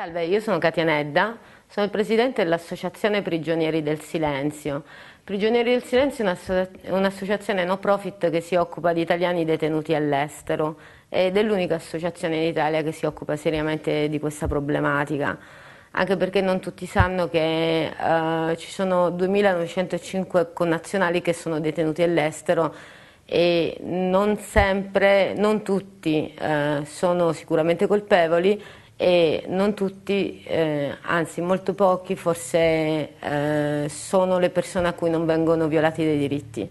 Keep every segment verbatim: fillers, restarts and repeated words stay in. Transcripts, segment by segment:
Salve, io sono Katia Nedda, sono il presidente dell'Associazione Prigionieri del Silenzio. Prigionieri del Silenzio è un'associazione no profit che si occupa di italiani detenuti all'estero ed è l'unica associazione in Italia che si occupa seriamente di questa problematica, anche perché non tutti sanno che eh, ci sono duemilanovecentocinque connazionali che sono detenuti all'estero e non sempre, non tutti eh, sono sicuramente colpevoli e non tutti, eh, anzi molto pochi, forse eh, sono le persone a cui non vengono violati dei diritti.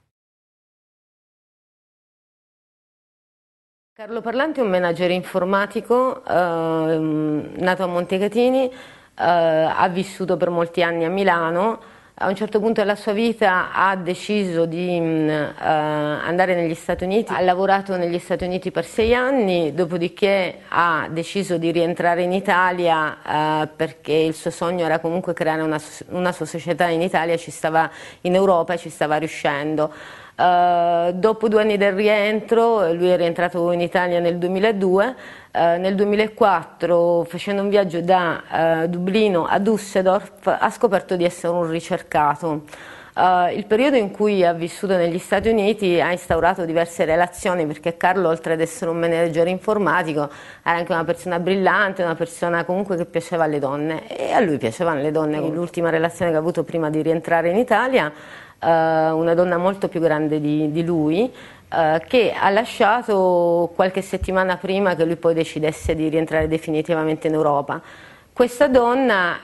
Carlo Parlanti è un manager informatico eh, nato a Montecatini, eh, ha vissuto per molti anni a Milano. A un certo punto della sua vita ha deciso di mh, eh, andare negli Stati Uniti, ha lavorato negli Stati Uniti per sei anni, dopodiché ha deciso di rientrare in Italia eh, perché il suo sogno era comunque creare una, una sua società in Italia, ci stava in Europa e ci stava riuscendo. Uh, dopo due anni del rientro, lui è rientrato in Italia nel duemiladue, uh, nel duemilaquattro facendo un viaggio da uh, Dublino a Düsseldorf ha scoperto di essere un ricercato. Uh, il periodo in cui ha vissuto negli Stati Uniti ha instaurato diverse relazioni perché Carlo, oltre ad essere un manager informatico, era anche una persona brillante, una persona comunque che piaceva alle donne e a lui piacevano le donne. L'ultima relazione che ha avuto prima di rientrare in Italia, uh, una donna molto più grande di, di lui, uh, che ha lasciato qualche settimana prima che lui poi decidesse di rientrare definitivamente in Europa. Questa donna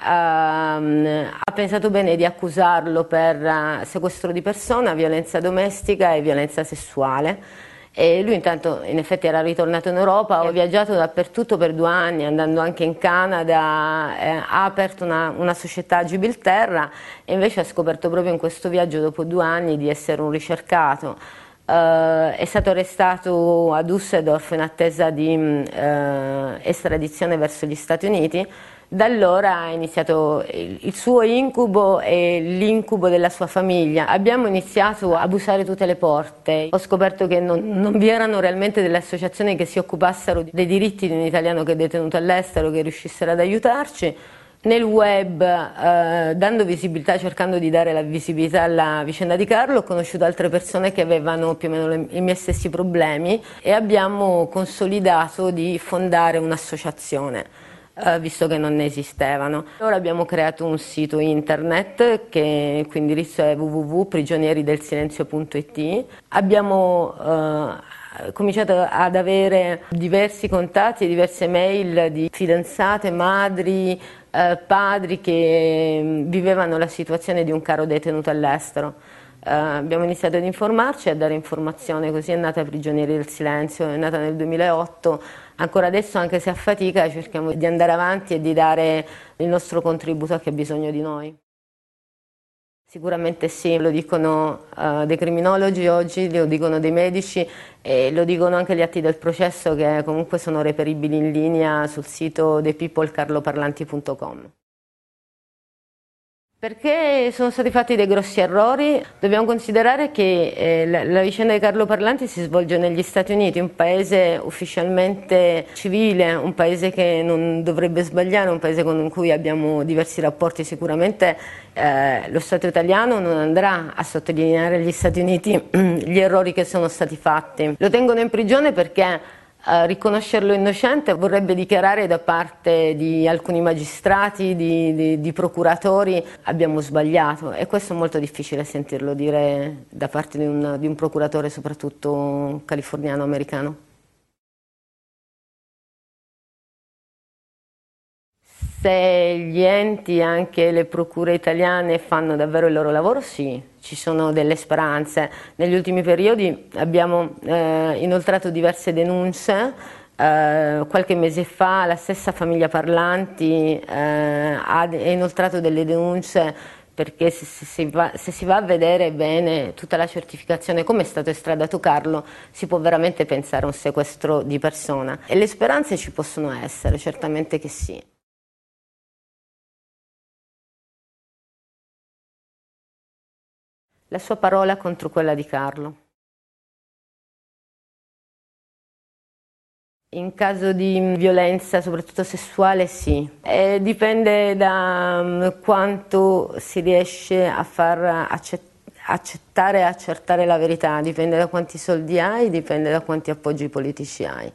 ehm, ha pensato bene di accusarlo per uh, sequestro di persona, violenza domestica e violenza sessuale e lui intanto in effetti era ritornato in Europa, ha viaggiato dappertutto per due anni, andando anche in Canada, eh, ha aperto una, una società a Gibilterra e invece ha scoperto proprio in questo viaggio dopo due anni di essere un ricercato. Uh, è stato arrestato a Düsseldorf in attesa di uh, estradizione verso gli Stati Uniti. Da allora ha iniziato il, il suo incubo e l'incubo della sua famiglia. Abbiamo iniziato a bussare tutte le porte. Ho scoperto che non, non vi erano realmente delle associazioni che si occupassero dei diritti di un italiano che è detenuto all'estero, che riuscissero ad aiutarci. Nel web, eh, dando visibilità, cercando di dare la visibilità alla vicenda di Carlo, ho conosciuto altre persone che avevano più o meno le, i miei stessi problemi e abbiamo consolidato di fondare un'associazione, eh, visto che non ne esistevano. Ora abbiamo creato un sito internet che il cui indirizzo è w w w punto prigionieri del silenzio punto i t. Abbiamo eh, cominciato ad avere diversi contatti e diverse mail di fidanzate, madri, Eh, padri che mh, vivevano la situazione di un caro detenuto all'estero. Eh, abbiamo iniziato ad informarci e a dare informazione, così è nata Prigionieri del Silenzio, è nata nel duemilaotto, ancora adesso anche se a fatica cerchiamo di andare avanti e di dare il nostro contributo a chi ha bisogno di noi. Sicuramente sì, lo dicono uh, dei criminologi oggi, lo dicono dei medici e lo dicono anche gli atti del processo che comunque sono reperibili in linea sul sito the people carlo parlanti punto com. Perché sono stati fatti dei grossi errori? Dobbiamo considerare che eh, la, la vicenda di Carlo Parlanti si svolge negli Stati Uniti, un paese ufficialmente civile, un paese che non dovrebbe sbagliare, un paese con cui abbiamo diversi rapporti. Sicuramente eh, lo Stato italiano non andrà a sottolineare agli Stati Uniti gli errori che sono stati fatti. Lo tengono in prigione perché Uh, riconoscerlo innocente vorrebbe dichiarare da parte di alcuni magistrati, di, di, di procuratori, abbiamo sbagliato e questo è molto difficile sentirlo dire da parte di un, di un procuratore, soprattutto californiano americano. Se gli enti, anche le procure italiane, fanno davvero il loro lavoro, sì, ci sono delle speranze. Negli ultimi periodi abbiamo eh, inoltrato diverse denunce, eh, qualche mese fa la stessa famiglia Parlanti eh, ha inoltrato delle denunce perché se, se, si va, se si va a vedere bene tutta la certificazione, come è stato estradato Carlo, si può veramente pensare a un sequestro di persona. E le speranze ci possono essere, certamente che sì. La sua parola contro quella di Carlo. In caso di violenza, soprattutto sessuale, sì. E dipende da um, quanto si riesce a far accettare e accertare la verità, dipende da quanti soldi hai, dipende da quanti appoggi politici hai.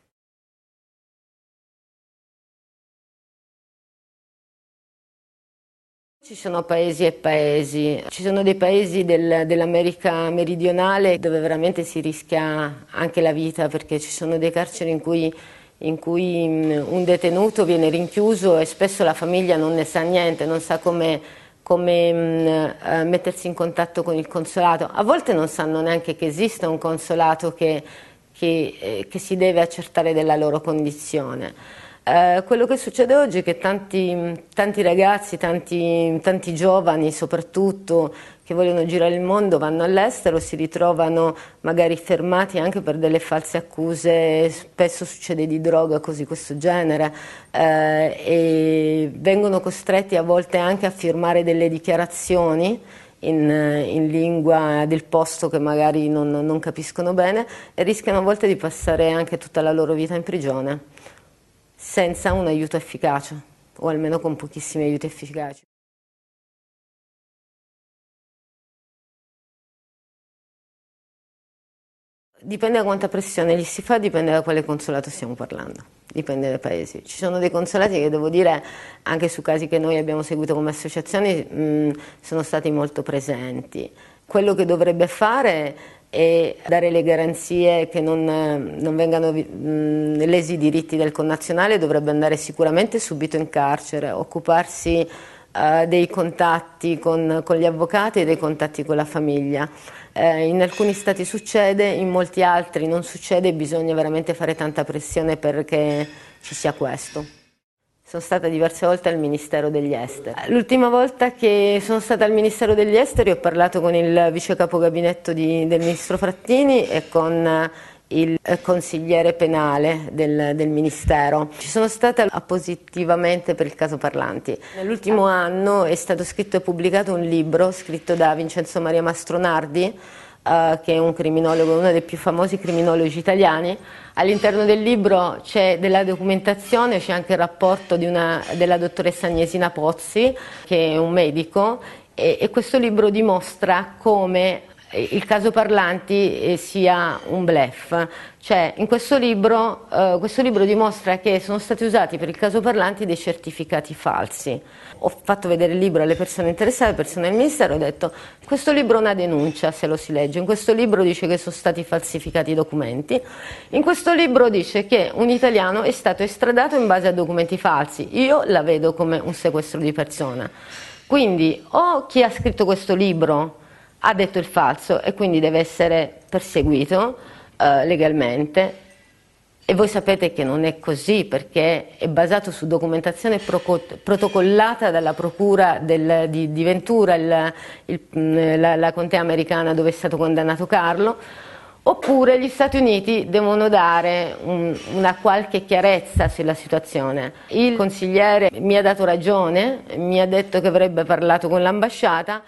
Ci sono paesi e paesi, ci sono dei paesi del, dell'America meridionale dove veramente si rischia anche la vita, perché ci sono dei carceri in cui, in cui un detenuto viene rinchiuso e spesso la famiglia non ne sa niente, non sa come, come mh, mettersi in contatto con il consolato. A volte non sanno neanche che esiste un consolato che, che, eh, che si deve accertare della loro condizione. Eh, quello che succede oggi è che tanti, tanti ragazzi, tanti, tanti giovani soprattutto, che vogliono girare il mondo, vanno all'estero, si ritrovano magari fermati anche per delle false accuse, spesso succede di droga, cose di questo genere, eh, e vengono costretti a volte anche a firmare delle dichiarazioni In, in lingua del posto che magari non, non capiscono bene, e rischiano a volte di passare anche tutta la loro vita in prigione senza un aiuto efficace, o almeno con pochissimi aiuti efficaci. Dipende da quanta pressione gli si fa, dipende da quale consolato stiamo parlando, dipende dai paesi. Ci sono dei consolati che, devo dire, anche su casi che noi abbiamo seguito come associazioni, mh, sono stati molto presenti. Quello che dovrebbe fare è dare le garanzie che non, non vengano mh, lesi i diritti del connazionale, dovrebbe andare sicuramente subito in carcere, occuparsi uh, dei contatti con, con gli avvocati e dei contatti con la famiglia. Eh, in alcuni stati succede, in molti altri non succede, e bisogna veramente fare tanta pressione perché ci sia questo. Sono stata diverse volte al Ministero degli Esteri. L'ultima volta che sono stata al Ministero degli Esteri ho parlato con il vice capogabinetto di, del ministro Frattini e con il consigliere penale del, del Ministero. Ci sono stata appositivamente per il caso Parlanti. Nell'ultimo anno è stato scritto e pubblicato un libro scritto da Vincenzo Maria Mastronardi, Uh, che è un criminologo, uno dei più famosi criminologi italiani. All'interno del libro c'è della documentazione, c'è anche il rapporto di una, della dottoressa Agnesina Pozzi, che è un medico, e, e questo libro dimostra come il caso Parlanti sia un bluff. Cioè, in questo libro, uh, questo libro dimostra che sono stati usati per il caso Parlanti dei certificati falsi. Ho fatto vedere il libro alle persone interessate, persone del Ministero, ho detto: questo libro è una denuncia, se lo si legge, in questo libro dice che sono stati falsificati i documenti, in questo libro dice che un italiano è stato estradato in base a documenti falsi. Io la vedo come un sequestro di persona. Quindi o chi ha scritto questo libro ha detto il falso e quindi deve essere perseguito eh, legalmente, e voi sapete che non è così, perché è basato su documentazione protocollata dalla procura del, di, di Ventura, il, il, la, la contea americana dove è stato condannato Carlo, oppure gli Stati Uniti devono dare un, una qualche chiarezza sulla situazione. Il consigliere mi ha dato ragione, mi ha detto che avrebbe parlato con l'ambasciata.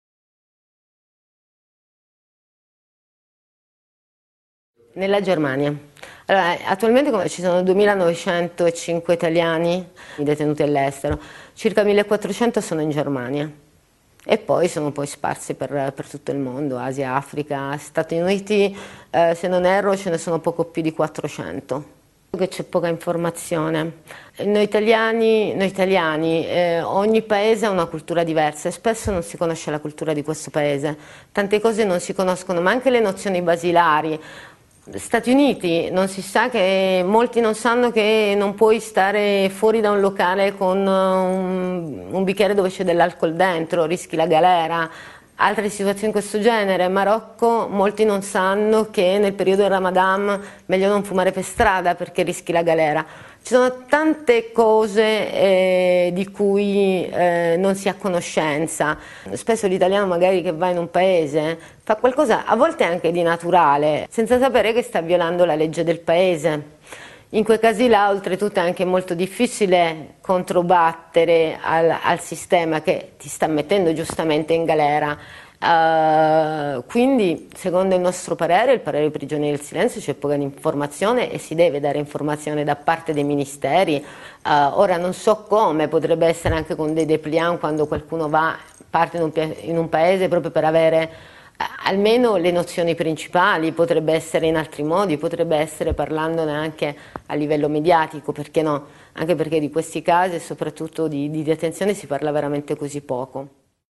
Nella Germania. Allora, attualmente ci sono duemilanovecentocinque italiani detenuti all'estero, circa millequattrocento sono in Germania e poi sono poi sparsi per, per tutto il mondo, Asia, Africa, Stati Uniti, eh, se non erro ce ne sono poco più di quattrocento. Che c'è poca informazione. Noi italiani, noi italiani eh, ogni paese ha una cultura diversa e spesso non si conosce la cultura di questo paese, tante cose non si conoscono, ma anche le nozioni basilari. Stati Uniti non si sa, che molti non sanno che non puoi stare fuori da un locale con un, un bicchiere dove c'è dell'alcol dentro, rischi la galera. Altre situazioni in questo genere. Marocco, molti non sanno che nel periodo del Ramadan meglio non fumare per strada perché rischi la galera. Ci sono tante cose eh, di cui eh, non si ha conoscenza. Spesso l'italiano magari che va in un paese fa qualcosa a volte anche di naturale, senza sapere che sta violando la legge del paese. In quei casi là, oltretutto, è anche molto difficile controbattere al, al sistema che ti sta mettendo giustamente in galera. Uh, quindi secondo il nostro parere, il parere dei prigionieri del silenzio, c'è poca informazione e si deve dare informazione da parte dei ministeri. Uh, ora non so come, potrebbe essere anche con dei dépliant quando qualcuno va, parte in un, in un paese proprio per avere uh, almeno le nozioni principali, potrebbe essere in altri modi, potrebbe essere parlandone anche a livello mediatico, perché no? Anche perché di questi casi e soprattutto di, di detenzione si parla veramente così poco.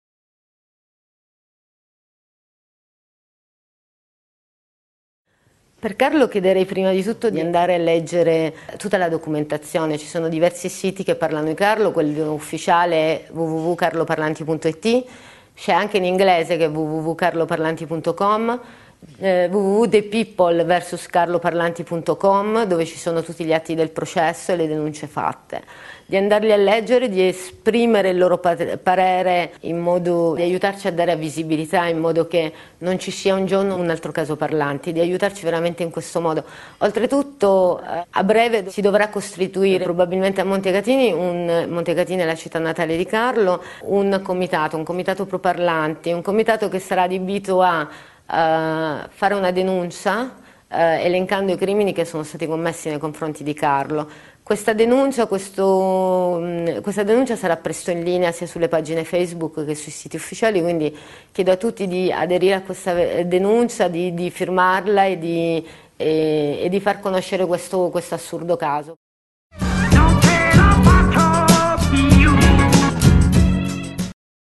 Per Carlo chiederei prima di tutto di andare a leggere tutta la documentazione, ci sono diversi siti che parlano di Carlo, quello ufficiale è w w w punto carloparlanti punto i t, c'è anche in inglese che è w w w punto carloparlanti punto com, eh, w w w punto the people versus carloparlanti punto com, dove ci sono tutti gli atti del processo e le denunce fatte. Di andarli a leggere, di esprimere il loro parere in modo di aiutarci a dare visibilità, in modo che non ci sia un giorno un altro caso Parlanti, di aiutarci veramente in questo modo. Oltretutto a breve si dovrà costituire probabilmente a Montecatini, un, Montecatini è la città natale di Carlo, un comitato, un comitato pro Parlanti, un comitato che sarà adibito a uh, fare una denuncia uh, elencando i crimini che sono stati commessi nei confronti di Carlo. Questa denuncia, questo, questa denuncia sarà presto in linea sia sulle pagine Facebook che sui siti ufficiali, quindi chiedo a tutti di aderire a questa denuncia, di, di firmarla e di, e, e di far conoscere questo, questo assurdo caso.